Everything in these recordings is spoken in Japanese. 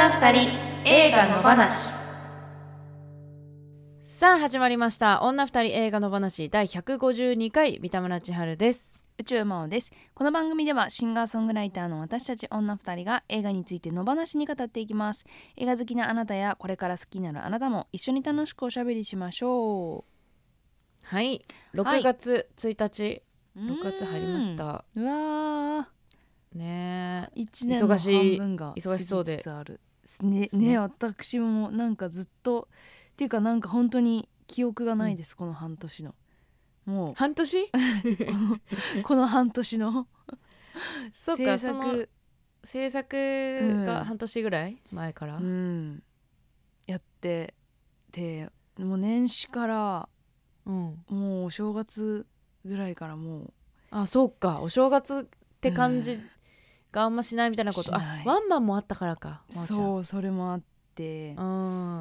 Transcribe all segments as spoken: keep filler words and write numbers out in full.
女二人映画の話。 さあ始まりました。女二人映画の話だいひゃくごじゅうにかい、三田村千春です。 宇宙魔王です。この番組ではシンガーソングライターの私たち女二人が映画について野放しに語っていきます。映画好きなあなたやこれから好きになるあなたも一緒に楽しくおしゃべりしましょう。 はい、ろくがつついたち、 はい、 ろくがつ入りました。 うわーねーいちねんの半分が過ぎつつあるね。ねね私もなんかずっとっていうかなんか本当に記憶がないです、うん、この半年のもう半年この半年のそうか、その制作が半年ぐらい前から、 うんうん、やってて、もう年始から、うん、もうお正月ぐらいからもうあ、そうか、お正月って感じがあんましないみたいなこと、うん、あ、ワンマンもあったからか。 そう、それもあって、うん、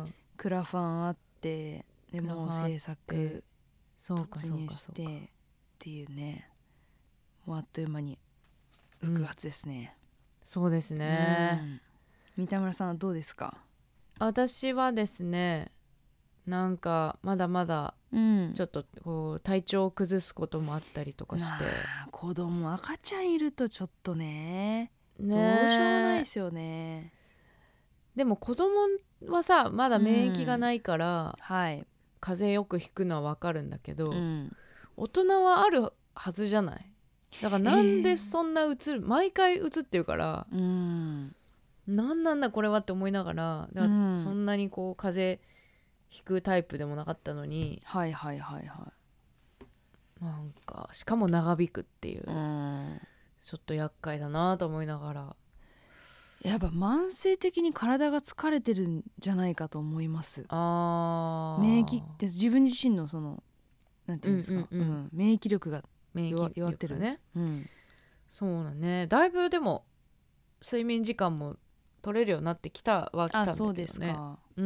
クラファンあってでも制作突入してっていうね、もうあっという間にろくがつですね、 うん、そうですね、うん、 三田村さんはどうですか？ 私はですね、なんかまだまだちょっとこう体調を崩すこともあったりとかして、 まあ、子供赤ちゃんいるとちょっと ね, ねどうしようもないですよね。 でも子供はさまだ免疫がないから、うん、はい、風邪よくひくのは分かるんだけど、うん、大人はあるはずじゃない。だからなんでそんなうつる、えー、毎回うつってるから、うん、なんなんだこれはって思いながら、だからそんなにこう風邪ひくタイプでもなかったのに、 はいはいはいはい、 なんかしかも長引くっていう、うん、ちょっと厄介だなと思いながら、 やっぱ慢性的に体が疲れてるんじゃないかと思います。あ、免疫って自分自身のそのなんていうんですか、うんうんうん、免疫力が弱, 弱ってるね、うん、 そうだね。だいぶでも睡眠時間も取れるようになってきたは来たんだけどね。あ、そうですか、 うん、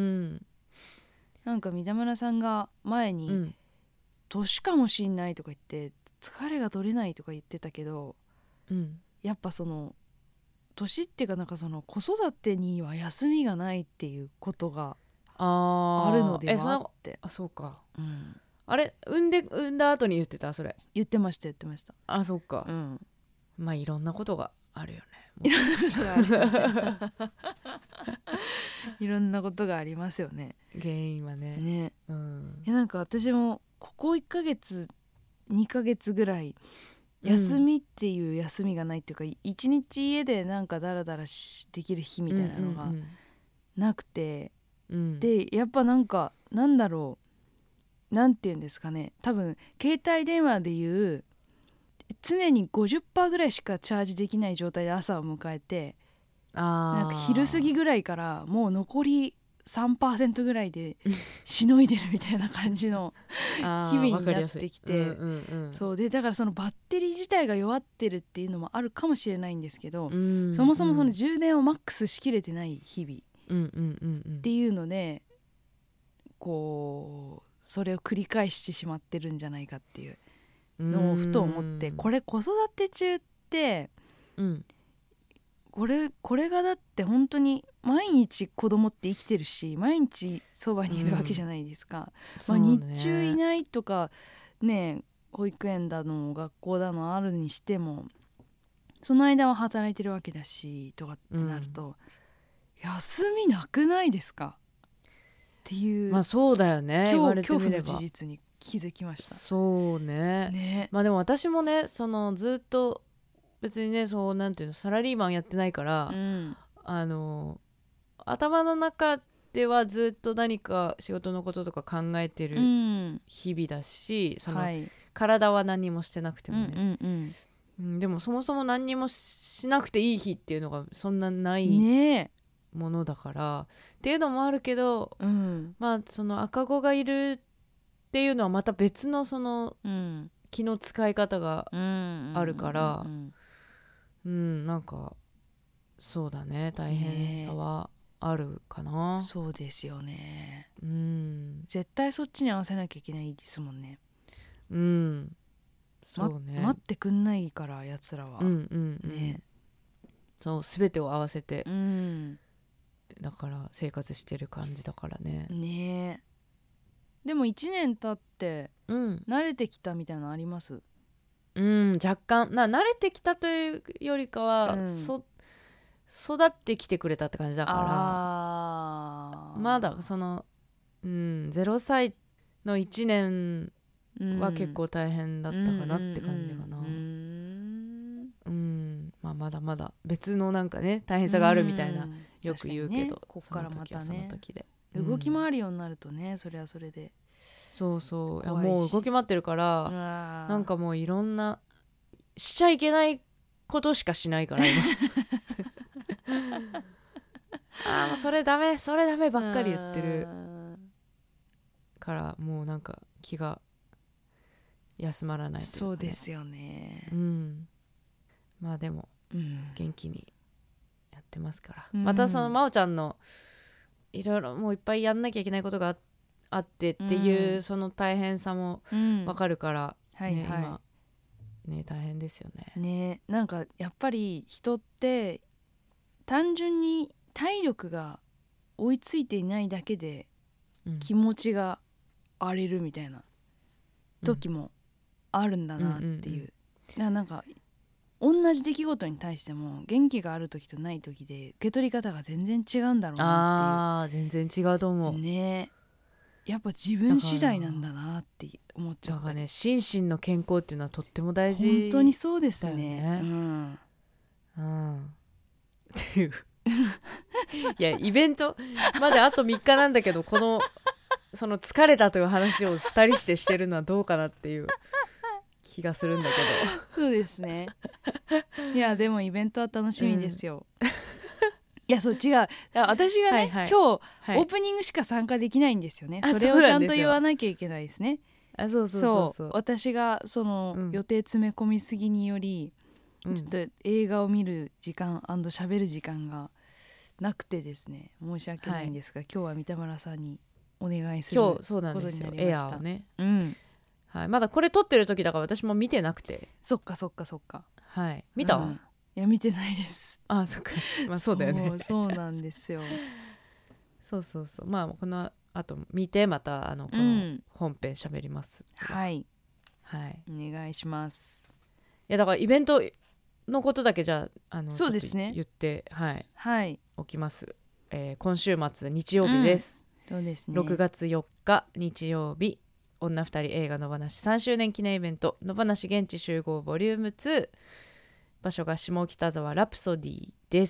なんか三田村さんが前に、うん、年かもしんないとか言って疲れが取れないとか言ってたけど、うん、やっぱその年っていうかなんかその子育てには休みがないっていうことがあるのではって。 あ、そうか、うん、あれ産んで産んだ後に言ってた？それ言ってました言ってました。 あ、そうか、うん、まあいろんなことがあるよね。 いろんなことがあるよねいろんなことがありますよね、 原因はね。 ね、うん、いやなんか私もここいっかげつにかげつぐらい休みっていう休みがないっていうか、うん、一日家でなんかダラダラできる日みたいなのがなくて、うんうんうん、でやっぱなんかなんだろう、なんていうんですかね、多分携帯電話でいう常に ごじゅっパーセント ぐらいしかチャージできない状態で朝を迎えて、あ、なんか昼過ぎぐらいからもう残り さんパーセント ぐらいでしのいでるみたいな感じの日々になってきて、うんうんうん、そうでだからそのバッテリー自体が弱ってるっていうのもあるかもしれないんですけど、うんうん、そもそもその充電をマックスしきれてない日々っていうので、こうそれを繰り返してしまってるんじゃないかっていうのをふと思って、これ子育て中って、うん、これこれがだって本当に毎日子供って生きてるし毎日そばにいるわけじゃないですか、うん、まあ、日中いないとかね、保育園だの学校だのあるにしてもその間は働いてるわけだしとかってなると、うん、休みなくないですかっていう、 まあそうだよね、言われてみれば恐怖の事実に気づきました。 そうね、ね、まあでも私もね、そのずっと別にね、そうなんていうの、サラリーマンやってないから、うん、あの頭の中ではずっと何か仕事のこととか考えてる日々だし、うん、その、はい、体は何もしてなくてもね、うんうんうん、でもそもそも何もしなくていい日っていうのがそんなないものだから、ね、っていうのもあるけど、うん、まあその赤子がいるっていうのはまた別のその、うん、気の使い方があるから、うんうんうんうん、うん、なんかそうだね、大変さはあるかな、 ね、そうですよね、うん、絶対そっちに合わせなきゃいけないですもんね。うん、そうね、ま、待ってくんないからやつらは、うんうんうん、 ね、そう全てを合わせて、うん、 だから生活してる感じだからね。 ねえ。でもいちねん経ってうん慣れてきたみたいなのあります？ うん、若干な慣れてきたというよりかは、うん、そ育ってきてくれたって感じだからあまだその、うん、ゼロさいのいちねんは結構大変だったかなって感じかな。うん、うんうん、まあ、まだまだ別のなんかね大変さがあるみたいなよく言うけど、ね、 こっからまたねその時はその時で、 うん、動き回るようになるとね、それはそれでそうそう、いやもう動き回ってるからなんかもういろんなしちゃいけないことしかしないから今あもうそれダメそれダメばっかり言ってるからもうなんか気が休まらないというか、ね、 そうですよね、 うん、まあでも、 うん、 元気にやってますから、うん、またその真央ちゃんのいろいろもういっぱいやんなきゃいけないことがあってあってっていう、うん、その大変さもわかるから、うんねはいはい、今ね大変ですよね。 ね、なんかやっぱり人って単純に体力が追いついていないだけで気持ちが荒れるみたいな時もあるんだなっていう、うんうんうん、だからなんか同じ出来事に対しても元気がある時とない時で受け取り方が全然違うんだろうなっていう。 あー全然違うと思うね。やっぱ自分次第なんだなって思っちゃった。 だからね心身の健康っていうのはとっても大事だよね。 本当にそうですね。うん、 うん、っていういやイベントまであとみっかなんだけどこのその疲れたという話をふたりしてしてるのはどうかなっていう気がするんだけどそうですね。いやでもイベントは楽しみですよ、うんいやそう違う私がね、はいはい、今日、はい、オープニングしか参加できないんですよね。それをちゃんと言わなきゃいけないですね。 あそうそうそうそう私がその、うん、予定詰め込みすぎにより、うん、ちょっと映画を見る時間&喋る時間がなくてですね申し訳ないんですが、はい、今日は三田村さんにお願いすることになりました。今日そうなんですよエアーをね、 うんはい、まだこれ撮ってる時だから私も見てなくて。 そっかそっかそっかはい見た、 うんいや見てないです。 あそっかまあそうだよね。 そう、そうなんですよそうそうそうまあこの後見てまたあのこの本編喋ります、 うん、はいはいお願いします。 いやだからイベントのことだけじゃああのそうですね言ってはい、 はい、 おきます、えー、今週末日曜日です、 うん、そうですねろくがつよっか日曜日女ふたり映画の話さんしゅうねん記念イベントの話現地集合ボリュームツー場所が下北沢ラプソディです。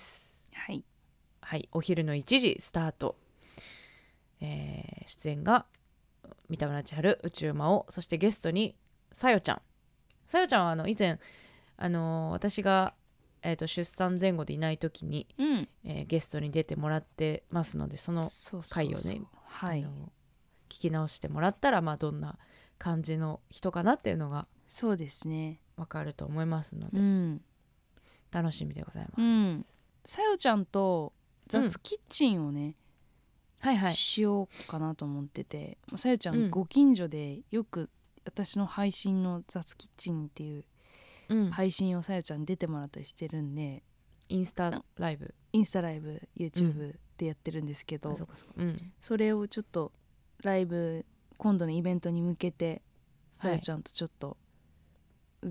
はい、 はい、お昼のいちじスタート、えー、出演が三田村千春宇宙魔王そしてゲストにさよちゃんさよちゃんはあの以前、あのー、私が、えー、と出産前後でいない時に、 うんえー、ゲストに出てもらってますのでその回をねそうそうそう、はい、 あの聞き直してもらったら、まあ、どんな感じの人かなっていうのがそうですね分かると思いますので、 うん楽しみでございます。 うん、さよちゃんと雑キッチンをね、 うん、はいはい、 しようかなと思っててさよちゃん、うん、ご近所でよく私の配信の雑キッチンっていう配信をさよちゃんに出てもらったりしてるんで、 インスタライブインスタライブ YouTube でやってるんですけど、 うん、そ, かそ, か、うん、 それをちょっとライブ今度のイベントに向けてさよちゃんとちょっと、はい、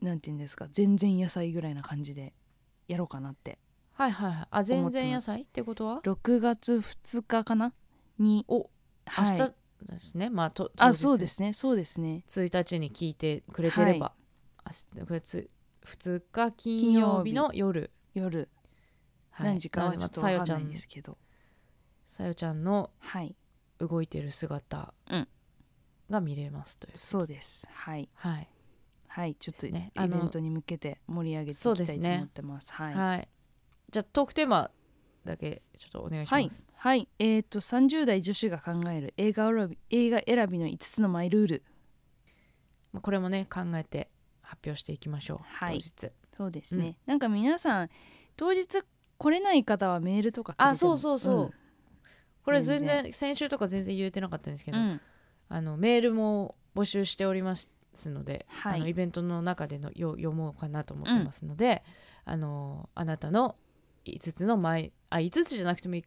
なんていうんですか全然野菜ぐらいな感じでやろうかなってはいはいはいあ全然野菜ってことはろくがつふつかかなにお明日ですね、はい、まあとあそうですねそうですねついたちに聞いてくれてれば、はい、ふつか金曜日の夜夜、はい、何時かはちょっと分かんないんですけどさよちゃんのはい動いてる姿が見れますという、うん、 そうですはいはいはい、ちょっとイベントに向けて盛り上げていきたいと思ってます。はい、 はい、じゃあトークテーマだけちょっとお願いします。 はい、はい、えーとさんじゅう代女子が考える映画選び、映画選びのいつつのマイルール、 これもね考えて発表していきましょう、はい、当日。 そうですね、うん、なんか皆さん当日来れない方はメールとかくれてもあそうそうそう、うん、これ全然先週とか全然言えてなかったんですけど、うん、あのメールも募集しておりますので、はい、あのイベントの中でのよ読もうかなと思ってますので、うん、あのあなたのいつつのマイあいつつじゃなくてもいいか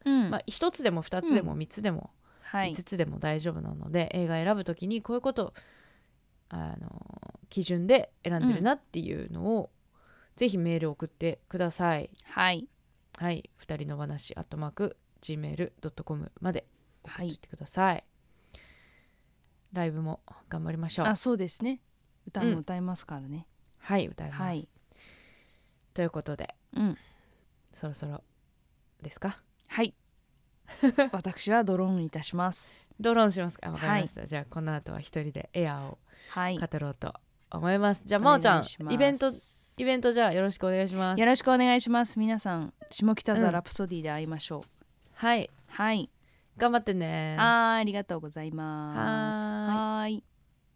うんまあ、ひとつでもふたつでもみっつでもはいいつつでも大丈夫なので、映画選ぶときにこういうことをあの基準で選んでるなっていうのを、うん、ぜひメール送ってください。 はいはい、ふたりの話アットマーク ジーメールドットコム まで送っておいてください、はい、ライブも頑張りましょう。 あ、そうですね、歌も歌いますからね、うん、 はい歌います、はい、ということで、 うん、 そろそろですか。 はい私はドローンいたします。 ドローンしますか。わかりました、はい、じゃあこの後は一人でエアーを語ろうと思います、はい、じゃあ真央ちゃんイベントイベントじゃあよろしくお願いします。 よろしくお願いします。皆さん下北沢ラプソディで会いましょう、うん、 はいはい頑張ってね。 あ, ありがとうございます。はーい。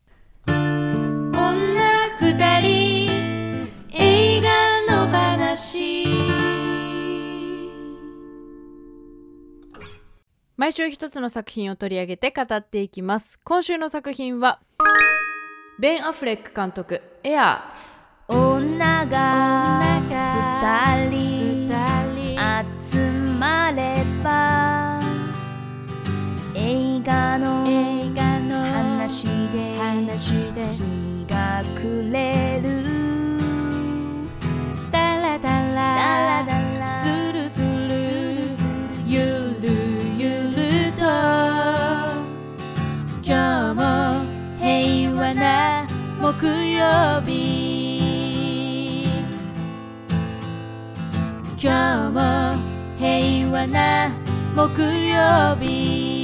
女二人映画の話。 毎週一つの作品を取り上げて語っていきます。今週の作品はベン・アフレック監督エアー。 女が二人集まれば映画の話で日が暮れる。 ダラダラズルズルゆるゆると今日も平和な木曜日。今日も平和な木曜日。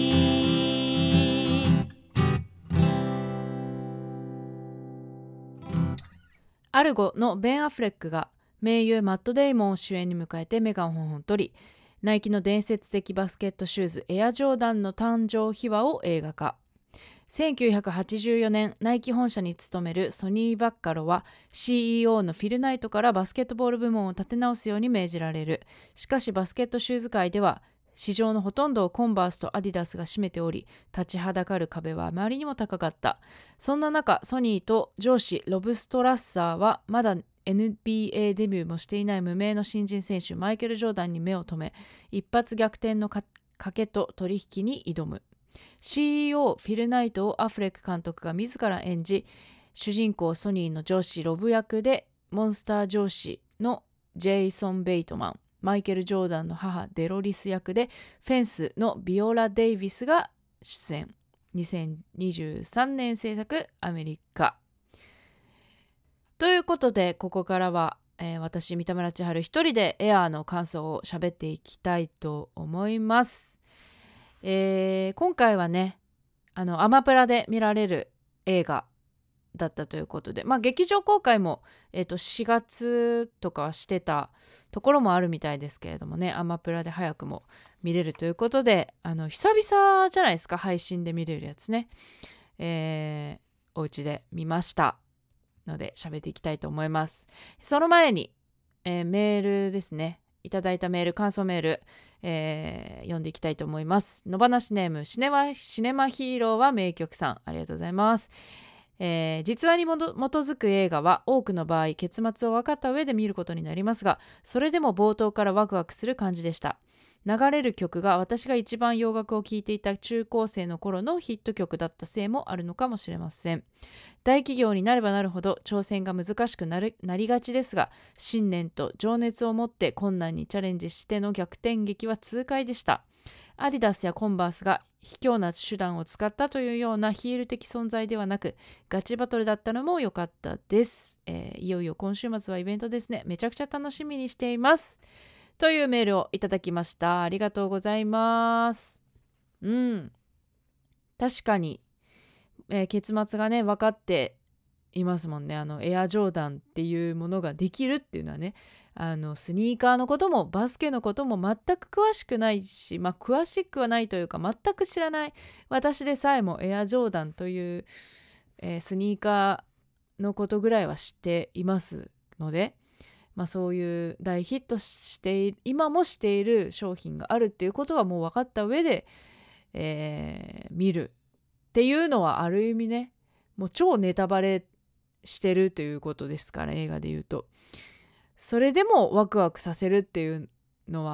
アルゴのベン・アフレックが名優マット・デイモンを主演に迎えてメガホンを取り、ナイキの伝説的バスケットシューズエアジョーダンの誕生秘話を映画化。せんきゅうひゃくはちじゅうよねんナイキ本社に勤めるソニー・バッカロは シーイーオー のフィル・ナイトからバスケットボール部門を立て直すように命じられる。しかしバスケットシューズ界では市場のほとんどをコンバースとアディダスが占めており、立ちはだかる壁はあまりにも高かった。そんな中、ソニーと上司ロブ・ストラッサーはまだ エヌビーエー デビューもしていない無名の新人選手マイケル・ジョーダンに目を留め、一発逆転の賭けと取引に挑む。シーイーオー フィル・ナイトをアフレック監督が自ら演じ、主人公ソニーの上司ロブ役でモンスター上司のジェイソン・ベイトマン、マイケル・ジョーダンの母デロリス役でフェンスのビオラ・デイビスが出演。にせんにじゅうさんねん制作、アメリカ。ということでここからは、えー、私三田村千春一人でエアーの感想を喋っていきたいと思います。えー、今回はねあのアマプラで見られる映画だったということで、まあ劇場公開も、えー、としがつとかはしてたところもあるみたいですけれどもね、アマプラで早くも見れるということで、あの久々じゃないですか、配信で見れるやつね。えー、お家で見ましたので喋っていきたいと思います。その前に、えー、メールですね、いただいたメール、感想メール、えー、読んでいきたいと思います。野放しネームシネマ、シネマヒーローは名曲さん、ありがとうございます。えー、実話に基づく映画は多くの場合結末を分かった上で見ることになりますが、それでも冒頭からワクワクする感じでした。流れる曲が私が一番洋楽を聴いていた中高生の頃のヒット曲だったせいもあるのかもしれません。大企業になればなるほど挑戦が難しくなる、なりがちですが、信念と情熱を持って困難にチャレンジしての逆転劇は痛快でした。アディダスやコンバースが卑怯な手段を使ったというようなヒール的存在ではなく、ガチバトルだったのも良かったです。えー、いよいよ今週末はイベントですね。めちゃくちゃ楽しみにしていますというメールをいただきました。ありがとうございます。うん、確かに、えー、結末がね分かっていますもんね。あのエアジョーダンっていうものができるっていうのはね、あのスニーカーのこともバスケのことも全く詳しくないし、まあ詳しくはないというか全く知らない私でさえもエアジョーダンという、えー、スニーカーのことぐらいは知っていますので、まあ、そういう大ヒットして今もしている商品があるっていうことはもう分かった上で、えー、見るっていうのはある意味ね、もう超ネタバレしてるということですから、映画で言うとそれでもワクワクさせるっていうのは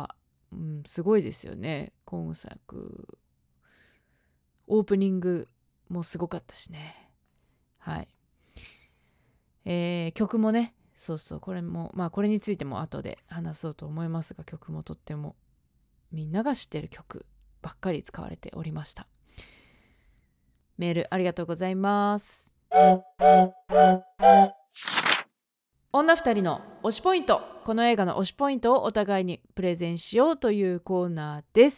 うん、すごいですよね。今作オープニングもすごかったしね。はい、えー、曲もね、そうそうこれもまあこれについても後で話そうと思いますが、曲もとってもみんなが知ってる曲ばっかり使われておりました。メールありがとうございます。女二人の推しポイント。この映画の推しポイントをお互いにプレゼンしようというコーナーです。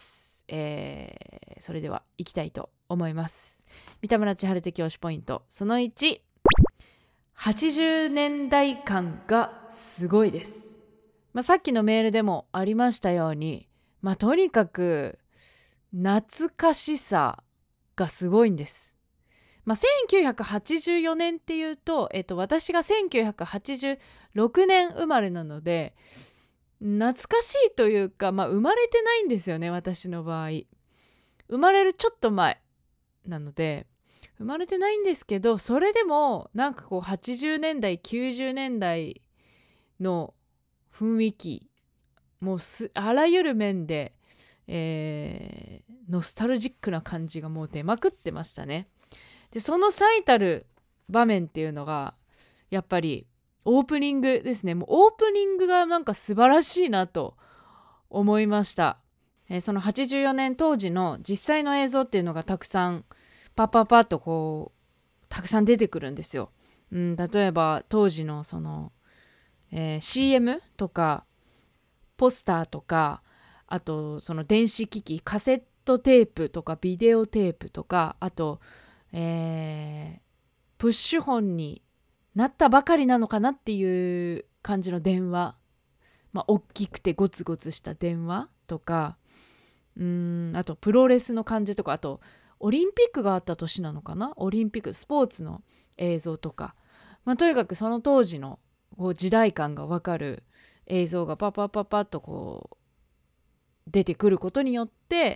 えー、それでは行きたいと思います。三田村千春的推しポイントそのいち、はちじゅうねんだい感がすごいです。まあ、さっきのメールでもありましたように、まあ、とにかく懐かしさがすごいんです。まあ、せんきゅうひゃくはちじゅうよねんっていうと、えっと、私がせんきゅうひゃくはちじゅうろくねん生まれなので、懐かしいというか、まあ、生まれてないんですよね、私の場合。生まれるちょっと前なので生まれてないんですけど、それでもなんかこうはちじゅうねんだいきゅうじゅうねんだいの雰囲気、もうすあらゆる面で、えー、ノスタルジックな感じがもう出まくってましたね。でその最たる場面っていうのがやっぱりオープニングですね。もうオープニングがなんか素晴らしいなと思いました。えー、そのはちじゅうよねん当時の実際の映像っていうのがたくさんパッパッパッとこうたくさん出てくるんですよ。うん、例えば当時のその、えー、シーエム とかポスターとか、あとその電子機器、カセットテープとかビデオテープとか、あとえー、プッシュ本になったばかりなのかなっていう感じの電話、まあ、大きくてゴツゴツした電話とか、うーんあとプロレスの感じとか、あとオリンピックがあった年なのかな、オリンピックスポーツの映像とか、まあ、とにかくその当時のこう時代感が分かる映像がパパパパッとこう出てくることによって、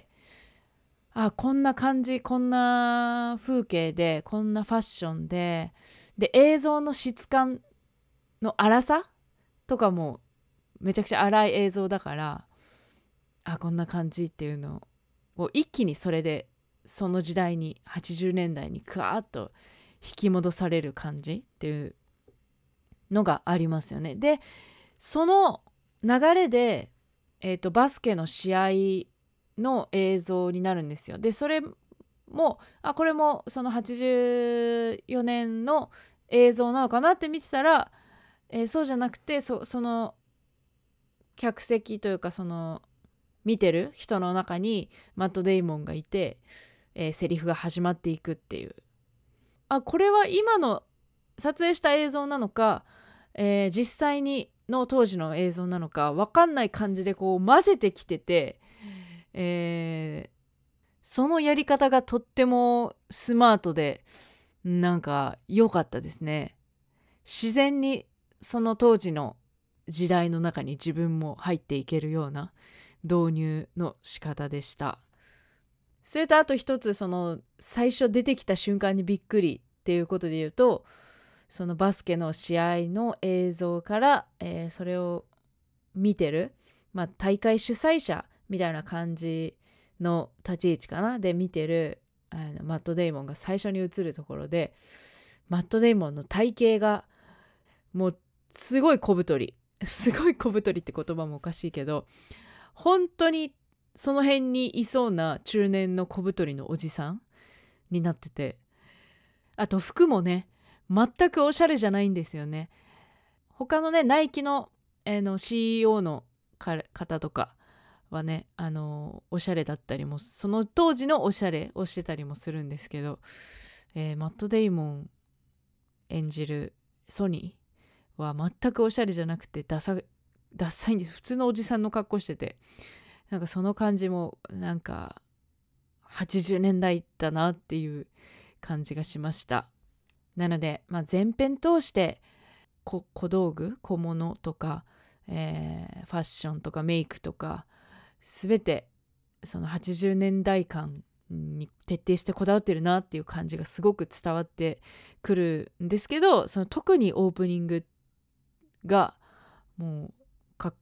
あ、こんな感じ、こんな風景で、こんなファッションで、で映像の質感の粗さとかもめちゃくちゃ粗い映像だから、あ、こんな感じっていうのを一気にそれでその時代にはちじゅうねんだいにクワーッと引き戻される感じっていうのがありますよね。でその流れで、えーと、バスケの試合の映像になるんですよ。でそれもあこれもそのはちじゅうよねんの映像なのかなって見てたら、えー、そうじゃなくて そ, その客席というかその見てる人の中にマット・デイモンがいて、えー、セリフが始まっていくっていう、あこれは今の撮影した映像なのか、えー、実際にの当時の映像なのか分かんない感じでこう混ぜてきてて、えー、そのやり方がとってもスマートでなんか良かったですね。自然にその当時の時代の中に自分も入っていけるような導入の仕方でした。それとあと一つ、その最初出てきた瞬間にびっくりっていうことで言うと、そのバスケの試合の映像から、えー、それを見てる、まあ、大会主催者みたいな感じの立ち位置かなで見てるあのマット・デイモンが最初に映るところで、マット・デイモンの体型がもうすごい小太りすごい小太りって言葉もおかしいけど、本当にその辺にいそうな中年の小太りのおじさんになってて、あと服もね全くおしゃれじゃないんですよね。他のねナイキの、えー、の シーイーオー の方とかはね、あのー、おしゃれだったりも、その当時のおしゃれをしてたりもするんですけど、えー、マット・デイモン演じるソニーは全くおしゃれじゃなくてダサ、ダサいんです。普通のおじさんの格好してて、なんかその感じもなんかはちじゅうねんだいだなっていう感じがしました。なので、まあ、前編通して小道具、小物とか、えー、ファッションとかメイクとか全てそのはちじゅうねんだい感に徹底してこだわってるなっていう感じがすごく伝わってくるんですけど、その特にオープニングがもうかっこい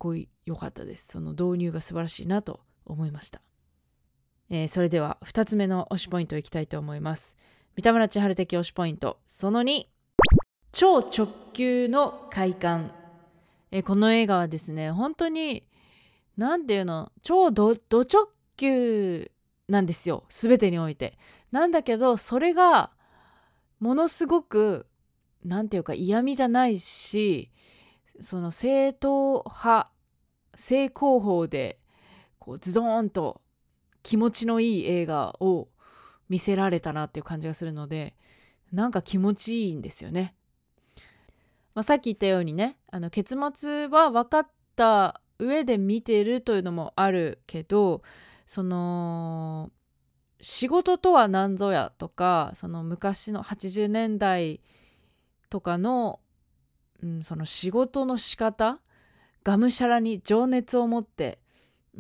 良かったです。その導入が素晴らしいなと思いました。えー、それではふたつめの推しポイントいきたいと思います。三田村千春的推しポイントそのに、超直球の快感。えー、この映画はですね、本当になんていうの、超ド直球なんですよ、全てにおいて。なんだけどそれがものすごくなんていうか嫌味じゃないし、その正統派正攻法でこうズドーンと気持ちのいい映画を見せられたなっていう感じがするので、なんか気持ちいいんですよね。まあ、さっき言ったようにね、あの結末は分かった上で見てるというのもあるけど、その仕事とは何ぞやとか、その昔のはちじゅうねんだいとかの、うん、その仕事の仕方、がむしゃらに情熱を持って、うん、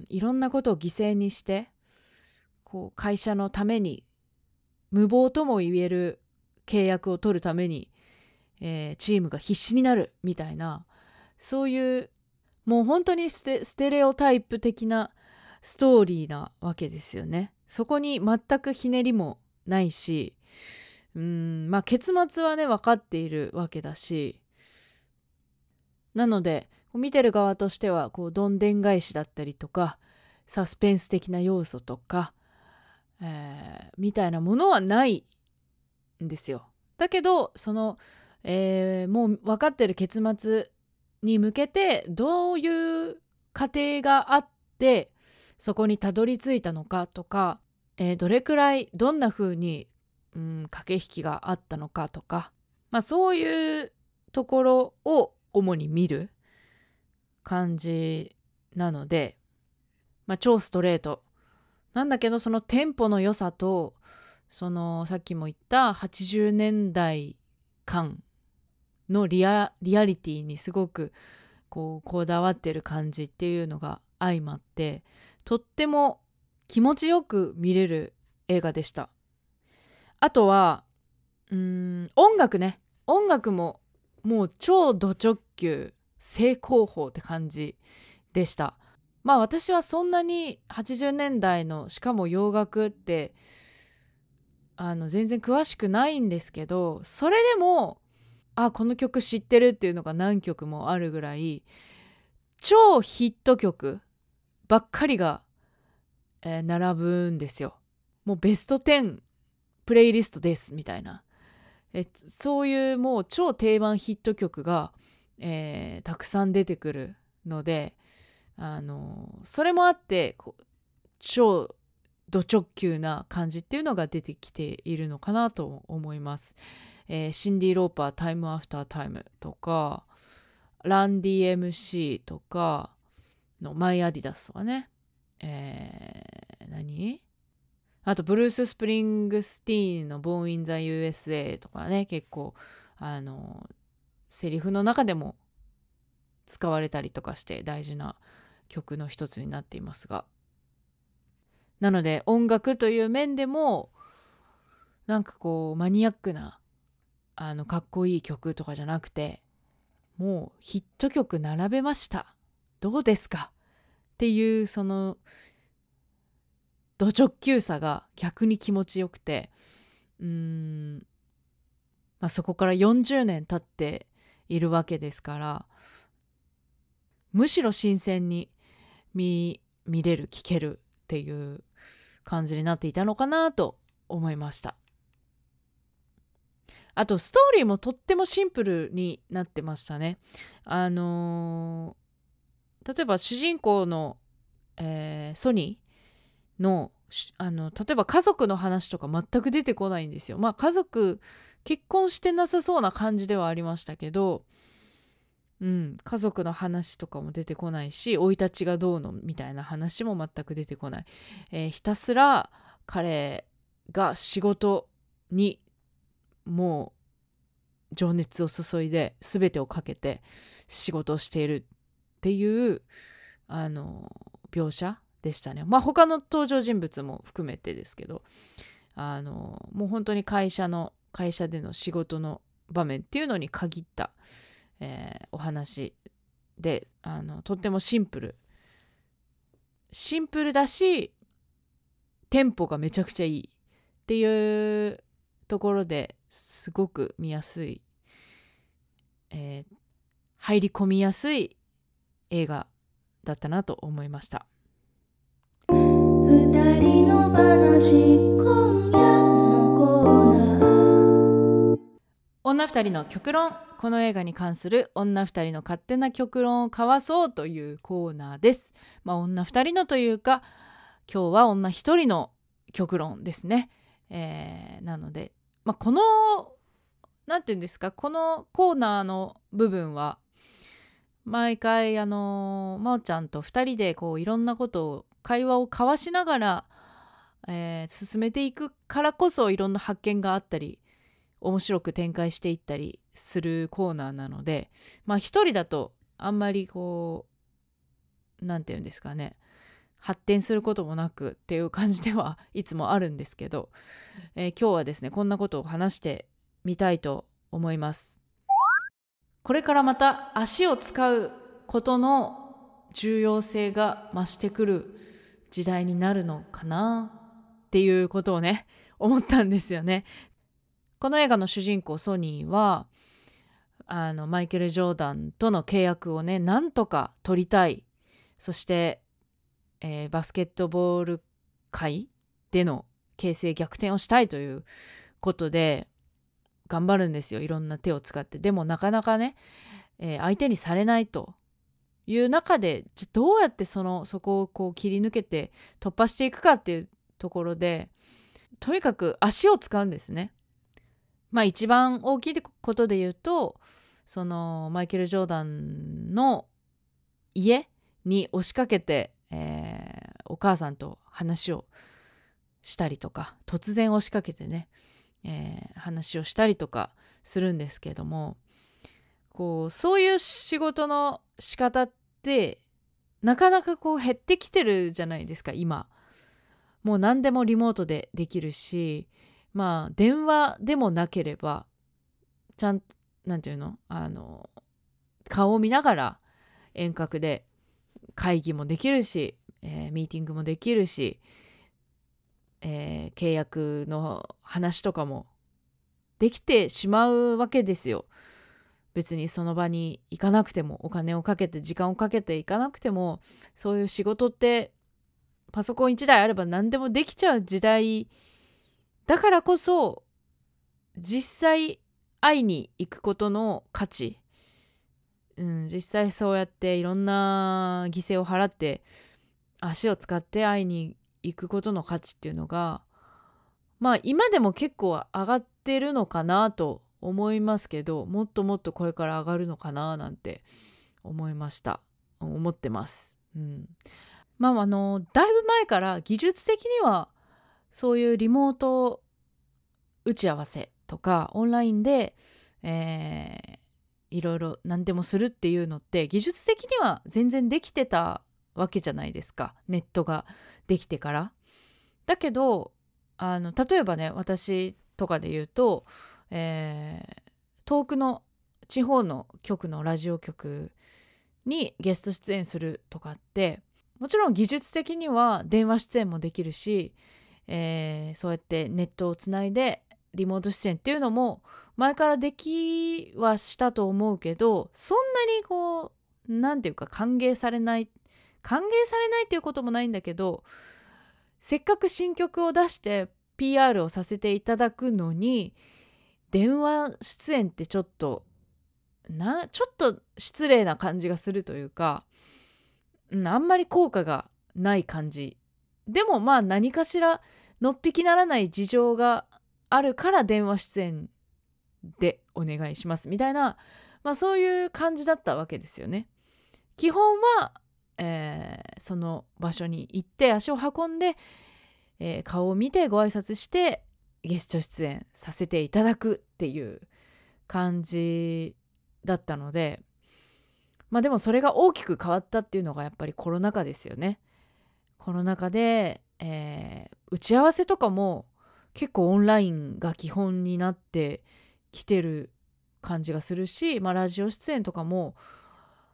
いろんなことを犠牲にしてこう会社のために無謀とも言える契約を取るために、えー、チームが必死になるみたいな、そういうもう本当にステ、ステレオタイプ的なストーリーなわけですよね。そこに全くひねりもないし、うーんまあ結末はね分かっているわけだし、なので見てる側としてはこうどんでん返しだったりとかサスペンス的な要素とか、えー、みたいなものはないんですよ。だけどその、えー、もう分かってる結末に向けてどういう過程があってそこにたどり着いたのかとか、えー、どれくらいどんな風に、うん、駆け引きがあったのかとか、まあ、そういうところを主に見る感じなので、まあ、超ストレートなんだけど、そのテンポの良さとそのさっきも言ったはちじゅうねんだい感のリア、リアリティにすごくこうこだわってる感じっていうのが相まって、とっても気持ちよく見れる映画でした。あとはうーん音楽ね、音楽ももう超ド直球正攻法って感じでした。まあ私はそんなにはちじゅうねんだいのしかも洋楽ってあの全然詳しくないんですけど、それでもあこの曲知ってるっていうのが何曲もあるぐらい超ヒット曲ばっかりが、えー、並ぶんですよ。もうベストじゅうプレイリストですみたいな、えそういうもう超定番ヒット曲が、えー、たくさん出てくるので、あのそれもあってこう超ド直球な感じっていうのが出てきているのかなと思います。えー、シンディ・ローパータイムアフタータイムとかランディ エムシー とかのマイアディダスはね、えー、何あとブルース・スプリングスティーンのボーン・イン・ザ・ユーエスエー とかね、結構あのセリフの中でも使われたりとかして大事な曲の一つになっていますが、なので音楽という面でもなんかこうマニアックなあのかっこいい曲とかじゃなくて、もうヒット曲並べましたどうですかっていうそのド直球さが逆に気持ちよくて、うーん、まあ、そこからよんじゅうねん経っているわけですから、むしろ新鮮に 見, 見れる聞けるっていう感じになっていたのかなと思いました。あとストーリーもとってもシンプルになってましたね。あのー、例えば主人公の、えー、ソニーのあの例えば家族の話とか全く出てこないんですよ。まあ家族結婚してなさそうな感じではありましたけど、うん、家族の話とかも出てこないし、生い立ちがどうのみたいな話も全く出てこない、えー、ひたすら彼が仕事にもう情熱を注いで全てをかけて仕事をしているっていうあの描写でしたね。まあ他の登場人物も含めてですけど、あのもう本当に会社の会社での仕事の場面っていうのに限った、えー、お話で、あのとってもシンプルシンプルだしテンポがめちゃくちゃいいっていうところですごく見やすい、えー、入り込みやすい映画だったなと思いました。 二人の話、今夜のコーナー。 女二人の極論。この映画に関する女二人の勝手な極論を交わそうというコーナーです。まあ女二人のというか、今日は女一人の極論ですね。えー、なので、まあ、このなんていうんですか、このコーナーの部分は毎回あの真央ちゃんとふたりでこういろんなことを会話を交わしながら、えー、進めていくからこそいろんな発見があったり面白く展開していったりするコーナーなので、まあ一人だとあんまりこうなんていうんですかね、発展することもなくっていう感じではいつもあるんですけど、えー、今日はですねこんなことを話してみたいと思います。これからまた足を使うことの重要性が増してくる時代になるのかなっていうことをね思ったんですよね。この映画の主人公ソニーはあのマイケル・ジョーダンとの契約をねなんとか取りたい、そして、えー、バスケットボール界での形勢逆転をしたいということで頑張るんですよ、いろんな手を使って。でもなかなかね、えー、相手にされないという中で、じゃどうやってそのそこをこう切り抜けて突破していくかっていうところで、とにかく足を使うんですね。まあ一番大きいことで言うと、そのマイケル・ジョーダンの家に押しかけて、えー、お母さんと話をしたりとか、突然押しかけてね、えー、話をしたりとかするんですけども、こうそういう仕事の仕方ってなかなかこう減ってきてるじゃないですか今。もう何でもリモートでできるし、まあ電話でもなければちゃんとなんていうのあの顔を見ながら遠隔で会議もできるし、えー、ミーティングもできるし、えー、契約の話とかもできてしまうわけですよ。別にその場に行かなくても、お金をかけて時間をかけて行かなくても、そういう仕事ってパソコンいちだいあれば何でもできちゃう時代だからこそ、実際会いに行くことの価値、うん、実際そうやっていろんな犠牲を払って足を使って会いに行くことの価値っていうのが、まあ今でも結構上がってるのかなと思いますけど、もっともっとこれから上がるのかななんて思いました思ってます、うん、まああのだいぶ前から技術的にはそういうリモート打ち合わせとかオンラインで、えー、いろいろ何でもするっていうのって技術的には全然できてたわけじゃないですか、ネットができてから。だけどあの例えばね、私とかで言うと、えー、遠くの地方の局のラジオ局にゲスト出演するとかって、もちろん技術的には電話出演もできるし、えー、そうやってネットをつないでリモート出演っていうのも前からできはしたと思うけど、そんなにこうなんていうか歓迎されない歓迎されないっていうこともないんだけど、せっかく新曲を出して ピーアール をさせていただくのに電話出演ってちょっとなちょっと失礼な感じがするというか、うん、あんまり効果がない感じ。でもまあ何かしらのっぴきならない事情があるから電話出演でお願いしますみたいな、まあそういう感じだったわけですよね。基本は、えー、その場所に行って足を運んで、えー、顔を見てご挨拶してゲスト出演させていただくっていう感じだったので、まあでもそれが大きく変わったっていうのがやっぱりコロナ禍ですよね。コロナ禍で、えー、打ち合わせとかも結構オンラインが基本になってきてる感じがするし、まあ、ラジオ出演とかも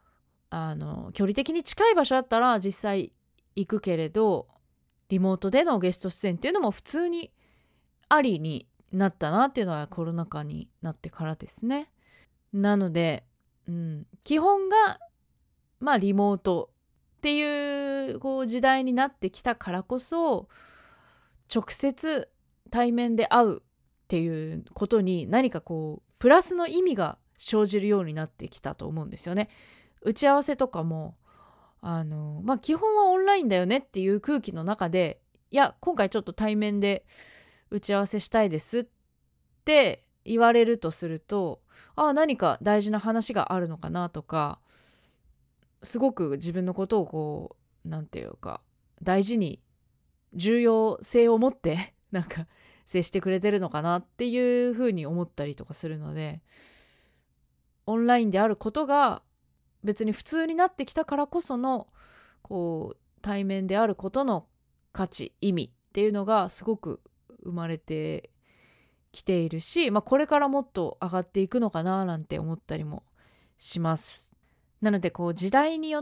あの距離的に近い場所だったら実際行くけれど、リモートでのゲスト出演っていうのも普通にありになったなっていうのはコロナ禍になってからですね。なので、うん、基本がまあリモートっていう、こう時代になってきたからこそ、直接対面で会うっていうことに何かこうプラスの意味が生じるようになってきたと思うんですよね。打ち合わせとかもあの、まあ、基本はオンラインだよねっていう空気の中で、いや今回ちょっと対面で打ち合わせしたいですって言われるとすると、あ、何か大事な話があるのかなとか、すごく自分のことをこうなんていうか大事に重要性を持ってなんか接してくれてるのかなっていうふうに思ったりとかするので、オンラインであることが別に普通になってきたからこそのこう対面であることの価値、意味っていうのがすごく生まれてきているし、まあ、これからもっと上がっていくのかななんて思ったりもします。なのでこう時代によって、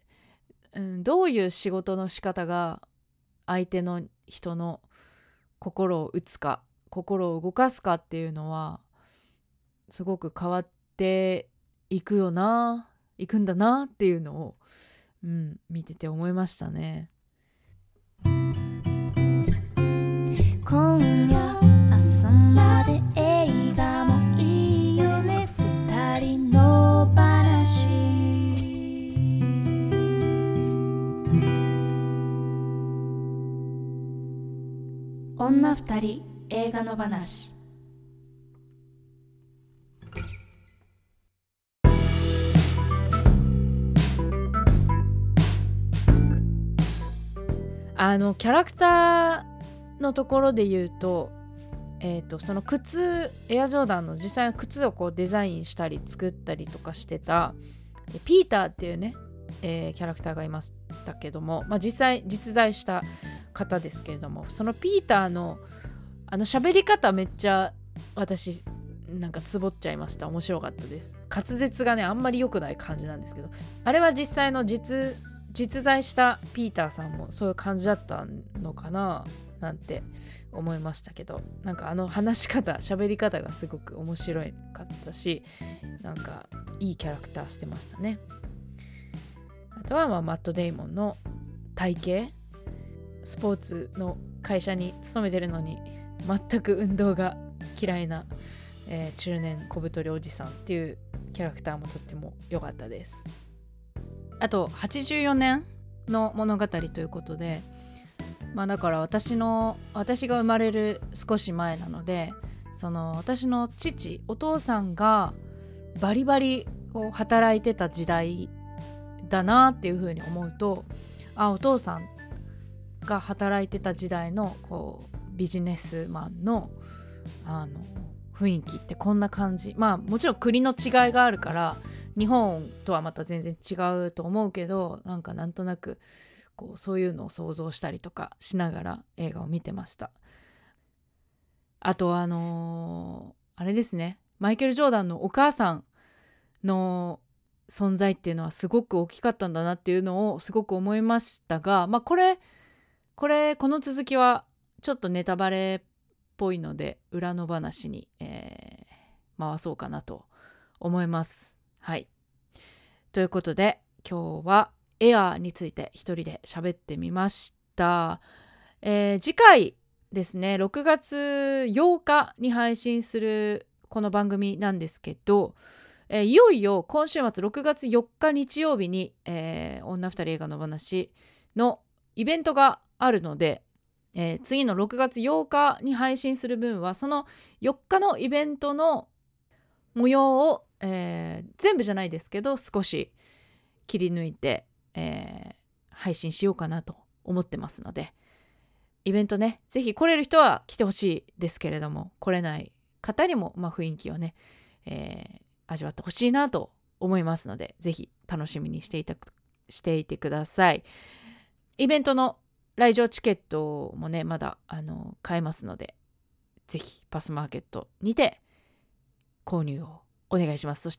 うん、どういう仕事の仕方が相手の人の心を打つか、心を動かすかっていうのはすごく変わっていくよな、いくんだなっていうのを、うん、見てて思いましたね。 今夜朝まで映画もいいよね、二人の話。女二人映画の話。 あのキャラクターのところで言うと、えーと、その靴、エアジョーダンの実際の靴をこうデザインしたり作ったりとかしてたピーターっていうね、えー、キャラクターがいましたけども、まあ、実際実在した方ですけれども、そのピーターのあの喋り方めっちゃ私なんかツボっちゃいました。面白かったです。滑舌がねあんまり良くない感じなんですけど、あれは実際の実実在したピーターさんもそういう感じだったのかななんて思いましたけど、なんかあの話し方、喋り方がすごく面白かったし、なんかいいキャラクターしてましたね。あとはまあマット・デイモンの体型、スポーツの会社に勤めてるのに全く運動が嫌いな、えー、中年小太りおじさんっていうキャラクターもとっても良かったです。あとはちじゅうよねんの物語ということで、まあだから私の私が生まれる少し前なので、その私の父、お父さんがバリバリこう働いてた時代だなっていうふうに思うと、あ、お父さんが働いてた時代のこうビジネスマンのあの雰囲気ってこんな感じ。まあもちろん国の違いがあるから日本とはまた全然違うと思うけど、なんかなんとなくこうそういうのを想像したりとかしながら映画を見てました。あとあのー、あれですね、マイケル・ジョーダンのお母さんの存在っていうのはすごく大きかったんだなっていうのをすごく思いましたが、まあこれこれこの続きはちょっとネタバレっぽいので裏の話に、えー、回そうかなと思います。はい。ということで今日はエアーについて一人で喋ってみました。えー、次回ですね、ろくがつようかに配信するこの番組なんですけど、えー、いよいよ今週末ろくがつよっか日曜日に、えー、女二人映画の話のイベントがあるので、えー、次のろくがつようかに配信する分はそのよっかのイベントの模様を、えー、全部じゃないですけど少し切り抜いて、えー、配信しようかなと思ってますので、イベントね、ぜひ来れる人は来てほしいですけれども、来れない方にも、まあ、雰囲気をね、えー、味わってほしいなと思いますので、ぜひ楽しみにしていたしていてください。イベントの来場チケットもねまだあの買えますので、ぜひパスマーケットにて購入をお願いします。そして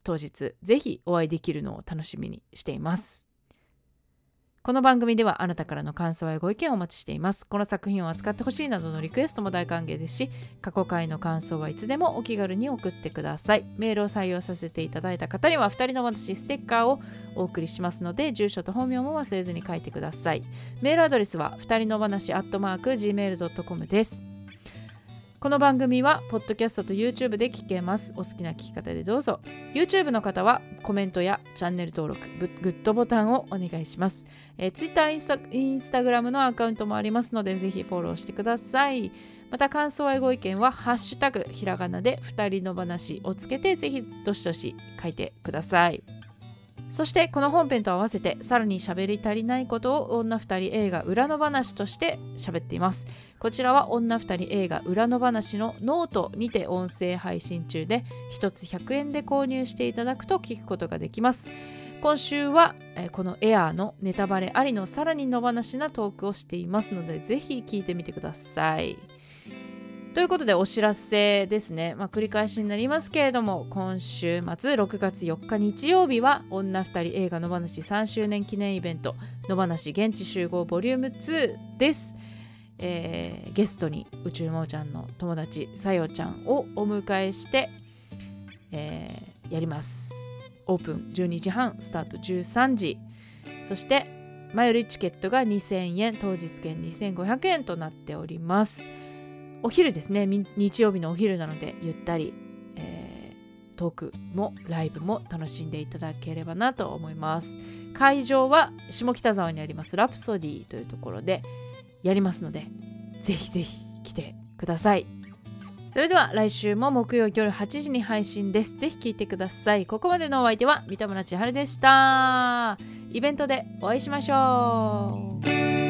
当日ぜひお会いできるのを楽しみにしています。この番組ではあなたからの感想やご意見をお待ちしています。この作品を扱ってほしいなどのリクエストも大歓迎ですし、過去回の感想はいつでもお気軽に送ってください。メールを採用させていただいた方にはふたりの私ステッカーをお送りしますので、住所と本名も忘れずに書いてください。メールアドレスはふたりの話アットマーク ジーメールドットコム です。この番組はポッドキャストと YouTube で聞けます。お好きな聞き方でどうぞ。 YouTube の方はコメントやチャンネル登録、グッドボタンをお願いします。えー、Twitter、インスタ、インスタグラムのアカウントもありますので、ぜひフォローしてください。また感想やご意見はハッシュタグひらがなでふたりの話をつけて、ぜひどしどし書いてください。そしてこの本編と合わせてさらに喋り足りないことを女ふたり映画裏の話として喋っています。こちらは女ふたり映画裏の話のノートにて音声配信中で、ひとつひゃくえんで購入していただくと聞くことができます。今週はえこのエアーのネタバレありのさらに野放しなトークをしていますので、ぜひ聞いてみてください。ということでお知らせですね。まあ、繰り返しになりますけれども、今週末ろくがつよっか日曜日は女ふたり映画野放しさんしゅうねん記念イベント野放し現地集合ボリュームツーです。えー、ゲストに宇宙もーちゃんの友達さよちゃんをお迎えして、えー、やります。オープンじゅうにじはん、スタートじゅうさんじ、そして前売りチケットがにせんえん、当日券にせんごひゃくえんとなっております。お昼ですね、日曜日のお昼なのでゆったり、えー、トークもライブも楽しんでいただければなと思います。会場は下北沢にありますラプソディというところでやりますので、ぜひぜひ来てください。それでは来週も木曜夜はちじに配信です。ぜひ聞いてください。ここまでのお相手は三田村千春でした。イベントでお会いしましょう。